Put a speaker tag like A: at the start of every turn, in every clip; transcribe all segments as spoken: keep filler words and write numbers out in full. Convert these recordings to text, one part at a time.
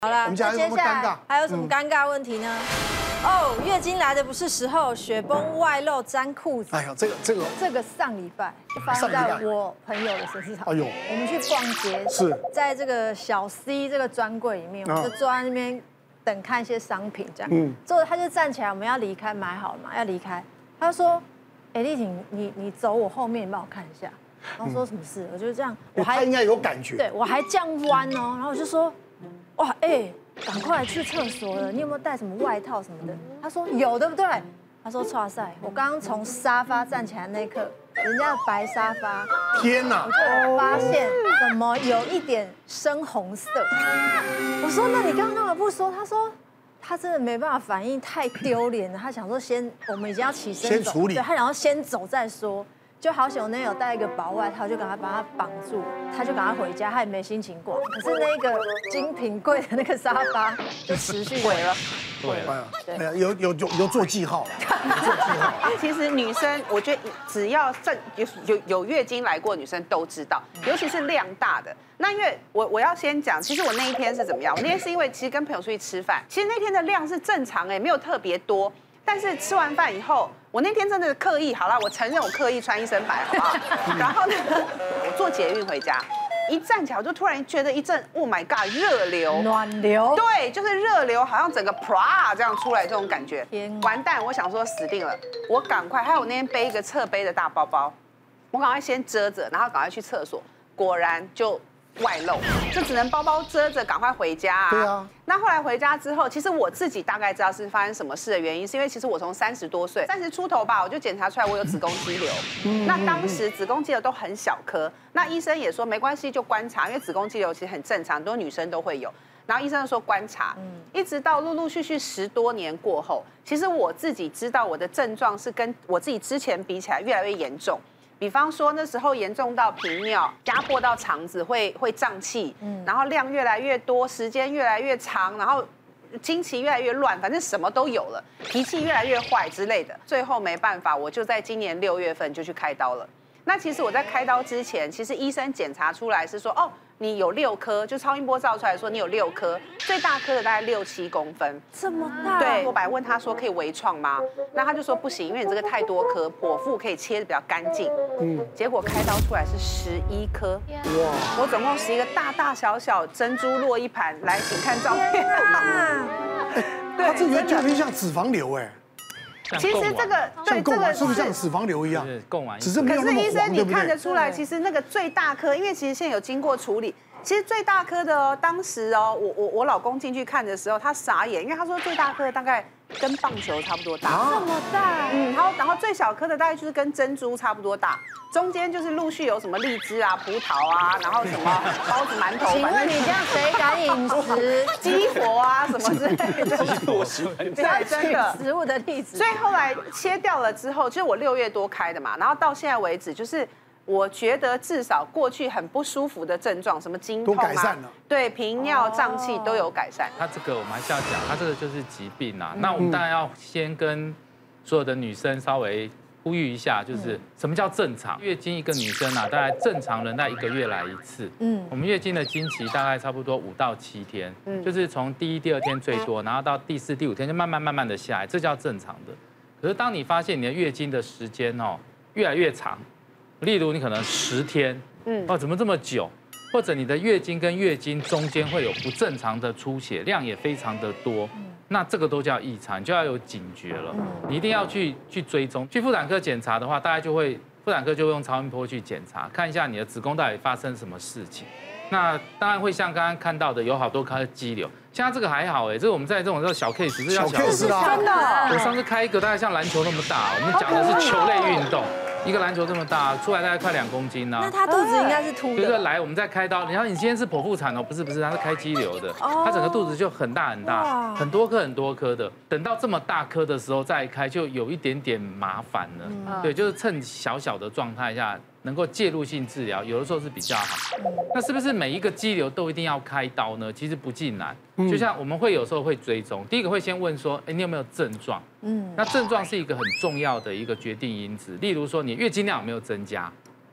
A: 好了，
B: 我们家有什么尴尬？
A: 还有什么尴尬问题呢？哦，月经来的不是时候，雪崩外露粘裤子。
B: 哎呀，这个这个
A: 这个上礼拜发生在我朋友的身上。
B: 哎呦，
A: 我们去逛街，
B: 是在
A: 这个小 C 这个专柜里面，我们就坐在那边等看一些商品，这样。嗯。之后他就站起来，我们要离开，买好了嘛，要离开。他就说：“哎，丽婷，你你走我后面，你帮我看一下。”然后说什么事？我就这样，我还
B: 他应该有感觉。
A: 对，我还这样弯哦，然后我就说。哇，哎，赶快去厕所了！你有没有带什么外套什么的？他说有，对不对？他说哇塞，我刚刚从沙发站起来那一刻，人家的白沙发，
B: 天哪！
A: 我就发现怎么有一点深红色。我说那你刚刚干嘛不说？他说他真的没办法反应，太丢脸了。他想说先，我们已经要起身
B: 先处理，
A: 对他想要先走再说。就好险，我那有带一个薄外套，就赶快把他绑住，他就赶快回家，他也没心情逛。可是那个精品柜的那个沙发就持续毁了，
C: 毁了。
B: 对，哎呀，有有有有做记号了，做记号。
D: 其实女生，我觉得只要正有有有月经来过，女生都知道，尤其是量大的。那因为我我要先讲，其实我那一天是怎么样？我那天是因为其实跟朋友出去吃饭，其实那天的量是正常哎，没有特别多。但是吃完饭以后，我那天真的刻意，好了，我承认我刻意穿一身白，好不好？然后呢，我坐捷运回家，一站起来我就突然觉得一阵 ，Oh my god， 热流，
A: 暖流，
D: 对，就是热流，好像整个 pra 这样出来这种感觉，完蛋！我想说死定了，我赶快，还有我那天背一个侧背的大包包，我赶快先遮着，然后赶快去厕所，果然就。外露，就只能包包遮着，赶快回家啊！
B: 对啊。
D: 那后来回家之后，其实我自己大概知道是发生什么事的原因，是因为其实我从三十多岁，三十出头吧，我就检查出来我有子宫肌瘤。嗯。那当时子宫肌瘤都很小颗，那医生也说没关系，就观察，因为子宫肌瘤其实很正常，很多女生都会有。然后医生就说观察，嗯，一直到陆陆续续十多年过后，其实我自己知道我的症状是跟我自己之前比起来越来越严重。比方说那时候严重到频尿，压迫到肠子会会胀气，嗯，然后量越来越多，时间越来越长，然后经期越来越乱，反正什么都有了，脾气越来越坏之类的。最后没办法，我就在今年六月份就去开刀了。那其实我在开刀之前，其实医生检查出来是说，哦，你有六颗，就超音波照出来说你有六颗，最大颗的大概六七公分，
A: 这么大。
D: 对，我本来问他说可以微创吗？那他就说不行，因为你这个太多颗，剖腹可以切的比较干净。嗯，结果开刀出来是十一颗，哇！我总共十一个大大小小珍珠落一盘，来，请看照片。
B: 对，它这个就有点像脂肪瘤哎。
D: 其实这个
B: 对这个是不是像脂肪瘤一样？
C: 贡丸，
B: 只是没有那么黄，对不对？
D: 可是医生你看得出来，其实那个最大颗，因为其实现在有经过处理，其实最大颗的哦，当时哦，我我我老公进去看的时候，他傻眼，因为他说最大颗的大概跟棒球差不多大，
A: 这么大，
D: 嗯，然后然后最小颗的大概就是跟珍珠差不多大，中间就是陆续有什么荔枝啊、葡萄啊，然后什么包子、馒头，
A: 请问你这样谁敢饮食？
D: 激活啊什么之类的，
C: 激活是
D: 对，真的
A: 食物的例子。
D: 所以后来切掉了之后，就是我六月多开的嘛，然后到现在为止，就是我觉得至少过去很不舒服的症状，什么经痛啊，对，频尿、胀气都有改善。
C: 它这个我们还是要讲，它这个就是疾病啊。那我们当然要先跟所有的女生稍微呼吁一下，就是什么叫正常？月经一个女生啊，大概正常人在一个月来一次。嗯，我们月经的经期大概差不多五到七天，嗯，就是从第一、第二天最多，然后到第四、第五天就慢慢慢慢的下来，这叫正常的。可是当你发现你的月经的时间哦越来越长，例如你可能十天，嗯，哦怎么这么久？或者你的月经跟月经中间会有不正常的出血，量也非常的多。那这个都叫异常，你就要有警觉了。你一定要去去追踪，去妇产科检查的话，大概就会妇产科就会用超音波去检查，看一下你的子宫到底发生什么事情。那当然会像刚刚看到的，有好多颗肌瘤。像这个还好哎，这个我们在这种叫小 case， 这叫小
B: case
A: 啊，真的。
C: 我上次开一个大概像篮球那么大，我们讲的是球类运动。一个篮球这么大，出来大概快两公斤呢。
A: 那他肚子应该是凸的。
C: 就是来，我们再开刀，然后你今天是剖腹产哦，不是不是，他是开肌瘤的，他整个肚子就很大很大，很多颗很多颗的。等到这么大颗的时候再开，就有一点点麻烦了。对，就是趁小小的状态下能够介入性治疗，有的时候是比较好。那是不是每一个肌瘤都一定要开刀呢？其实不尽然。就像我们会有时候会追踪，第一个会先问说，哎，你有没有症状？嗯，那症状是一个很重要的一个决定因子。例如说，你月经量有没有增加？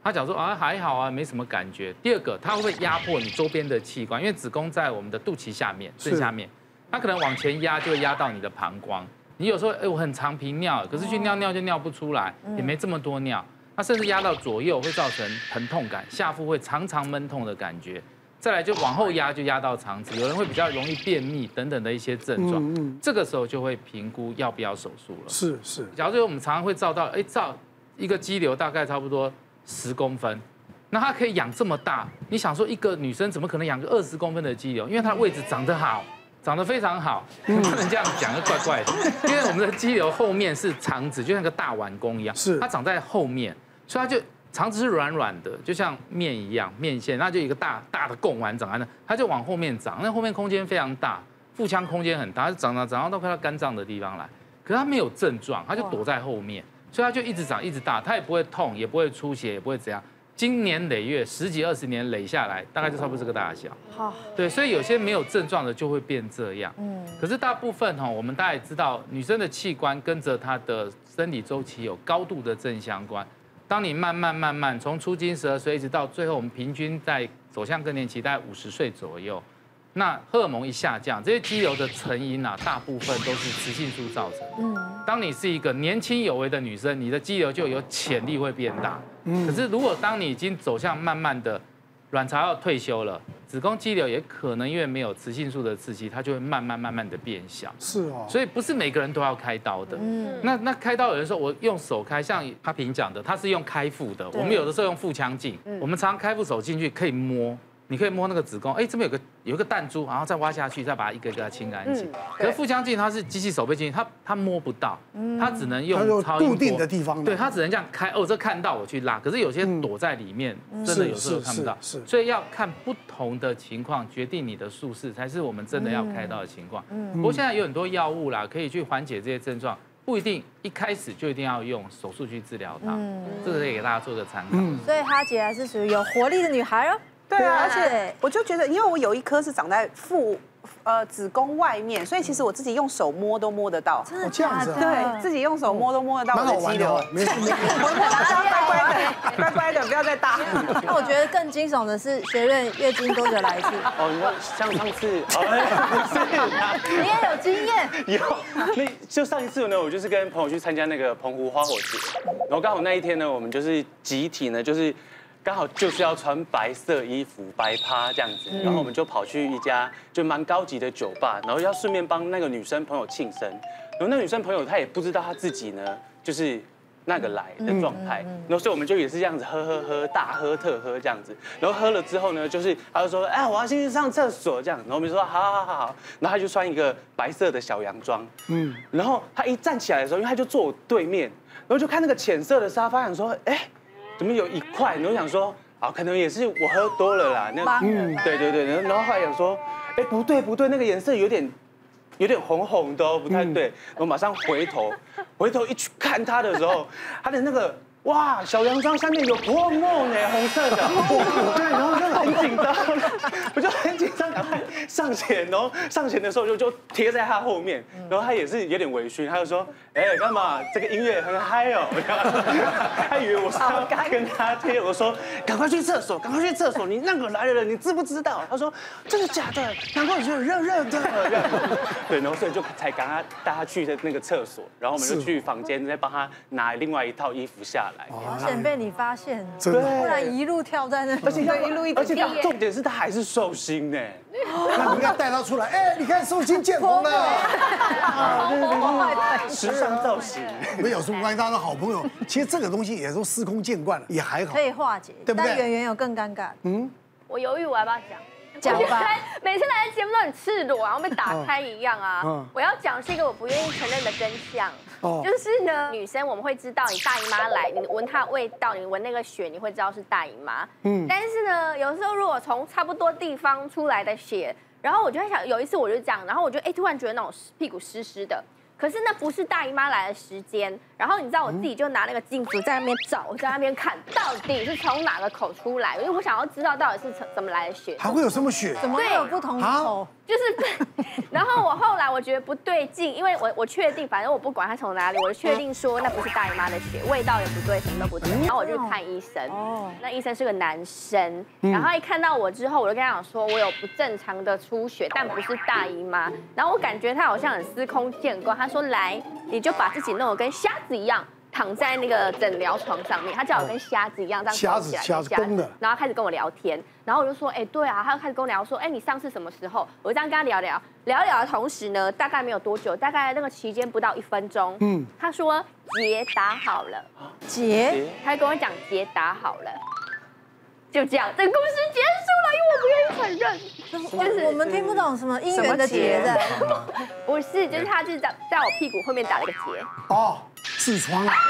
C: 他讲说啊还好啊，没什么感觉。第二个，它会压迫你周边的器官，因为子宫在我们的肚脐下面正下面，它可能往前压就会压到你的膀胱。你有时候哎我很常频尿，可是去尿尿就尿不出来，也没这么多尿。那甚至压到左右会造成疼痛感，下腹会常常闷痛的感觉。再来就往后压就压到肠子，有人会比较容易便秘等等的一些症状。嗯嗯，这个时候就会评估要不要手术了。
B: 是是。
C: 假如说我们常常会照到，哎照一个肌瘤大概差不多十公分，那它可以养这么大，你想说一个女生怎么可能养个二十公分的肌瘤？因为它的位置长得好。长得非常好，不能这样讲，就怪怪的。因为我们的肌瘤后面是肠子，就像个大碗公一样，
B: 是它
C: 长在后面，所以它就肠子是软软的，就像面一样，面线，那就一个大大的贡丸长在那，它就往后面长，那后面空间非常大，腹腔空间很大，它长长长到快到肝脏的地方来，可是它没有症状，它就躲在后面，所以它就一直长一直大，它也不会痛，也不会出血，也不会怎样。经年累月，十几二十年累下来，大概就差不多这个大小。好，对，所以有些没有症状的就会变这样。嗯，可是大部分哈，我们大家也知道，女生的器官跟着她的生理周期有高度的正相关。当你慢慢慢慢从初经十二岁一直到最后，我们平均在走向更年期，大概五十岁左右，那荷尔蒙一下降，这些肌瘤的成因啊，大部分都是雌性素造成的。嗯，当你是一个年轻有为的女生，你的肌瘤就有潜力会变大。可是，如果当你已经走向慢慢的卵巢要退休了，子宫肌瘤也可能因为没有雌性素的刺激，它就会慢慢慢慢的变小。
B: 是哦，
C: 所以不是每个人都要开刀的。嗯，那那开刀有人说我用手开，像他平讲的，他是用开腹的，我们有的时候用腹腔镜，我们常常开腹手进去可以摸。你可以摸那个子宫，哎，这边有个有一个弹珠，然后再挖下去，再把它一个一个清干净。可是腹腔镜它是机器手背镜，它它摸不到，它只能用超音波
B: 固定的地方，
C: 对，它只能这样开。哦，这看到我去拉，可是有些躲在里面，真的有时候看不到。是，所以要看不同的情况决定你的术式，才是我们真的要开刀的情况。不过现在有很多药物啦，可以去缓解这些症状，不一定一开始就一定要用手术去治疗它。这个可以给大家做个参考。
A: 所以哈姐还是属于有活力的女孩哦。
D: 对啊，而且我就觉得，因为我有一颗是长在腹呃子宫外面，所以其实我自己用手摸都摸得到。
A: 真的
B: 这样子？
D: 对，自己用手摸都摸得到我的肌瘤。
B: 没事没事，
D: 我大家乖乖的，乖乖的，不要再大。
A: 那我觉得更惊悚的是，学院月经多久来一次？
E: 哦，你说像上次，
A: 不是，你也有经验。
E: 有，那就上一次呢，我就是跟朋友去参加那个澎湖花火节，然后刚好那一天呢，我们就是集体呢，就是。刚好就是要穿白色衣服白趴这样子，然后我们就跑去一家就蛮高级的酒吧，然后要顺便帮那个女生朋友庆生。然后那女生朋友她也不知道她自己呢就是那个来的状态，然后所以我们就也是这样子喝喝喝，大喝特喝这样子。然后喝了之后呢，就是她就说，哎，我要先去上厕所这样。然后我们就说好好好好，然后她就穿一个白色的小洋装，嗯，然后她一站起来的时候，因为她就坐我对面，然后就看那个浅色的沙发，想说，哎。怎么有一块？然后想说，啊，可能也是我喝多了啦。那嗯，对对对，然后后来想说，哎，不对不对，那个颜色有点有点红红的哦，不太对。我马上回头，回头一去看他的时候，他的那个哇，小洋装上面有泡沫呢，红色的。对，然后就很紧张，我就很紧张，赶快上前，然后上前的时候就就贴在他后面，然后他也是有点微醺，他就说，哎，干嘛？这个音乐很嗨哦。他以为我是要跟他贴，我说赶快去厕所，赶快去厕所，你那个来的人你知不知道？他说真的假的？难怪我觉得热热的。对，然后所以就才赶他带他去的那个厕所，然后我们就去房间再帮他拿另外一套衣服下来。
A: 好险被你发现，
B: 真的，
A: 不然一路跳在那里，
E: 而且
A: 一路一直跳。
E: 重点是他还是寿星呢。
B: 那你应该带他出来，哎，你看寿星见红了。
E: 时尚造型。
B: 没有，是关于大家的好朋友。其实这个东西也都司空见惯了，也还好，
A: 可以化解，
B: 对不对？
A: 但圆圆有更尴尬。
F: 嗯，我犹豫我要不要讲。
A: 讲吧，
F: 每次来的节目都很赤裸，然后被打开一样啊。我要讲是一个我不愿意承认的真相，就是呢，女生我们会知道你大姨妈来，你闻它的味道，你闻那个血，你会知道是大姨妈。嗯，但是呢，有时候如果从差不多地方出来的血，然后我就在想，有一次我就这样，然后我就哎突然觉得那种屁股湿湿的。可是那不是大姨妈来的时间，然后你知道我自己就拿那个镜子在那边找，我在那边看到底是从哪个口出来，因为我想要知道到底是怎么来的血，
B: 还会有什么血？
A: 怎么会有不同的口？
F: 就是，然后我后来我我觉得不对劲，因为我我确定，反正我不管它从哪里，我就确定说那不是大姨妈的血，味道也不对，什么都不对。然后我就去看医生，哦，那医生是个男生，然后一看到我之后，我就跟他讲说，我有不正常的出血，但不是大姨妈。然后我感觉他好像很司空见惯，他说来，你就把自己弄得跟瞎子一样。躺在那个诊疗床上面，他叫我跟瞎子一样这样
B: 瞎子瞎子公的，
F: 然后开始跟我聊天，然后我就说，哎，对啊，他就开始跟我聊说，哎，你上次什么时候？我这样跟他聊聊聊聊的同时呢，大概没有多久，大概那个期间不到一分钟，嗯，他说结打好了，
A: 结，
F: 他就跟我讲结打好了。就这样，这个故事结束了，因为我不愿意承认。
A: 就是我们听不懂什么姻缘的结的，
F: 不是，就是他就是在在我屁股后面打了个结。
B: 哦，痔疮啊！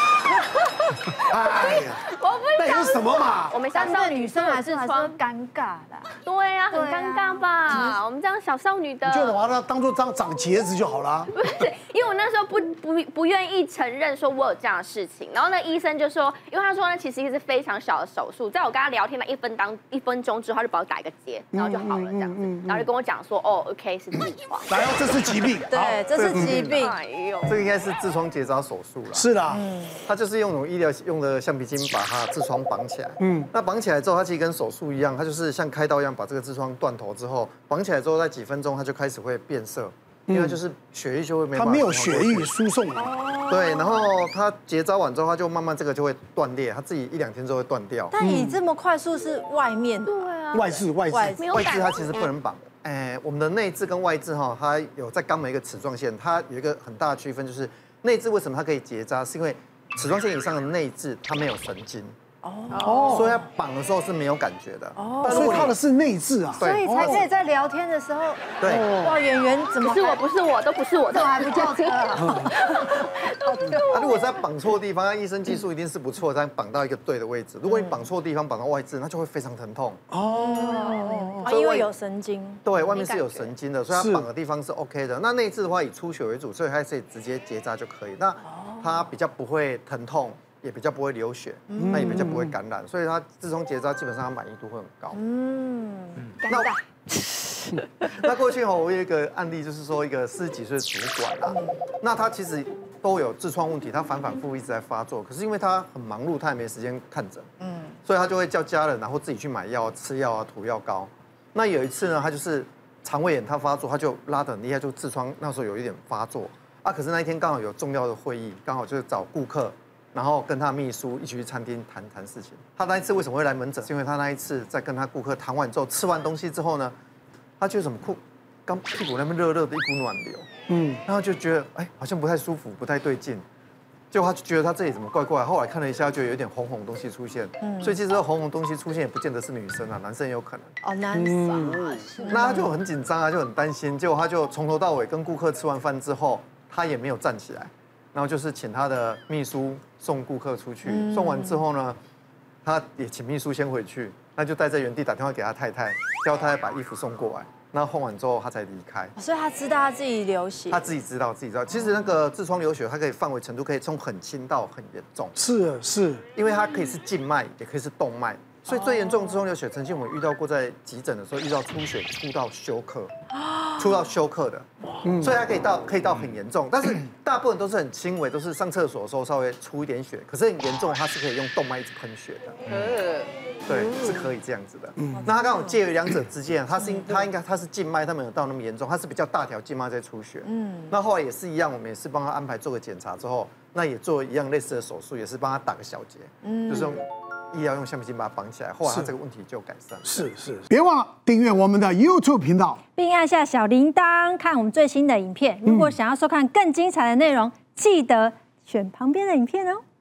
B: 哎呀，
F: 我不
B: 那有什么嘛？
F: 我们小少女生还是
A: 痔疮尴尬的。
F: 对呀，很尴尬吧？我们这样小少女的，
B: 就把它当做长长结子就好了。
F: 不是，因为我那时候不不不愿意承认说我有这样的事情，然后那医生就说，因为他说呢，其实是非常小的手术，在我跟他聊天的一分当一分钟之后，他就帮我打一个结，然后就好了这样子，然后就跟我讲说，哦 ，OK 是痔疮，
B: 然后这是疾病，
A: 对，这是疾病，
F: 哎呦，
G: 这个应该是痔疮结扎手术了。
B: 是的，
G: 它就是用那种医疗用的橡皮筋把它痔疮绑起来，嗯，那绑起来之后，它其实跟手术一样，它就是像开刀一样，把这个痔疮断头之后，绑起来之后，在几分钟它就开始会变色。因为就是血液就会没办法，
B: 它没有血液输送了。
G: 对，然后它结扎完之后，它就慢慢这个就会断裂，它自己一两天之后会断掉。
A: 但你这么快速是外面，
F: 对啊，
B: 外痔外痔
G: 外痔它其实不能绑。哎，我们的内痔跟外痔哈，它有在肛门一个齿状线，它有一个很大的区分，就是内痔为什么它可以结扎，是因为齿状线以上的内痔它没有神经。哦，所以它绑的时候是没有感觉的。
B: 哦，所以靠的是内痔啊，
A: 所以才可以在聊天的时候，
G: 对，
A: 哇，演员怎么
F: 是我不是我都不是我，
A: 这还不叫车啊？
G: 啊，如果是在绑错地方，那医生技术一定是不错，但绑到一个对的位置。如果你绑错地方，绑到外痔，那就会非常疼痛。
A: 哦，因为有神经。
G: 对，外面是有神经的，所以它绑的地方是 OK 的。那内痔的话以出血为主，所以它可以直接结扎就可以。那它比较不会疼痛。也比较不会流血，那也比较不会感染，所以它痔疮结扎基本上它满意度会很高。
F: 嗯，尴尬。
G: 那过去哈，我有一个案例，就是说一个四十几岁的主管啊，那他其实都有痔疮问题，他反反复复一直在发作，可是因为他很忙碌，他也没时间看诊，嗯，所以他就会叫家人，然后自己去买药、吃药啊、涂药膏。那有一次呢，他就是肠胃炎，他发作，他就拉得很厉害，就痔疮那时候有一点发作啊。可是那一天刚好有重要的会议，刚好就是找顾客。然后跟他秘书一起去餐厅谈谈事情。他那一次为什么会来门诊？是因为他那一次在跟他顾客谈完之后，吃完东西之后呢，他觉得什么裤刚屁股那边热热的一股暖流，嗯，然后就觉得哎好像不太舒服，不太对劲，结果他就觉得他这里怎么怪怪。后来看了一下，觉得有点红红东西出现，嗯，所以其实红红东西出现也不见得是女生啊，男生也有可能。
A: 哦，男生，
G: 那他就很紧张啊，就很担心。结果他就从头到尾跟顾客吃完饭之后，他也没有站起来。然后就是请他的秘书送顾客出去，送完之后呢，他也请秘书先回去，那就待在原地打电话给他太太，叫他把衣服送过来。那换完之后他才离开。
A: 所以他知道他自己流血，
G: 他自己知道自己知道。其实那个痔疮流血，它可以范围程度可以从很轻到很严重。
B: 是是，
G: 因为它可以是静脉，也可以是动脉。所以最严重的痔疮流血，曾经我们遇到过，在急诊的时候遇到出血出到休克，出到休克的，所以它可以到可以到很严重，但是大部分都是很轻微，都是上厕所的时候稍微出一点血，可是很严重，它是可以用动脉一直喷血的，对，是可以这样子的。那它刚好介于两者之间，它是它应该它是静脉，它没有到那么严重，它是比较大条静脉在出血。嗯，那后来也是一样，我们也是帮他安排做个检查之后，那也做一样类似的手术，也是帮他打个小结，就是用。医疗用橡皮筋把它绑起来，后来他这个问题就改善。
B: 是是，别忘了订阅我们的 YouTube 频道，
H: 并按下小铃铛看我们最新的影片。如果想要收看更精彩的内容，记得选旁边的影片哦。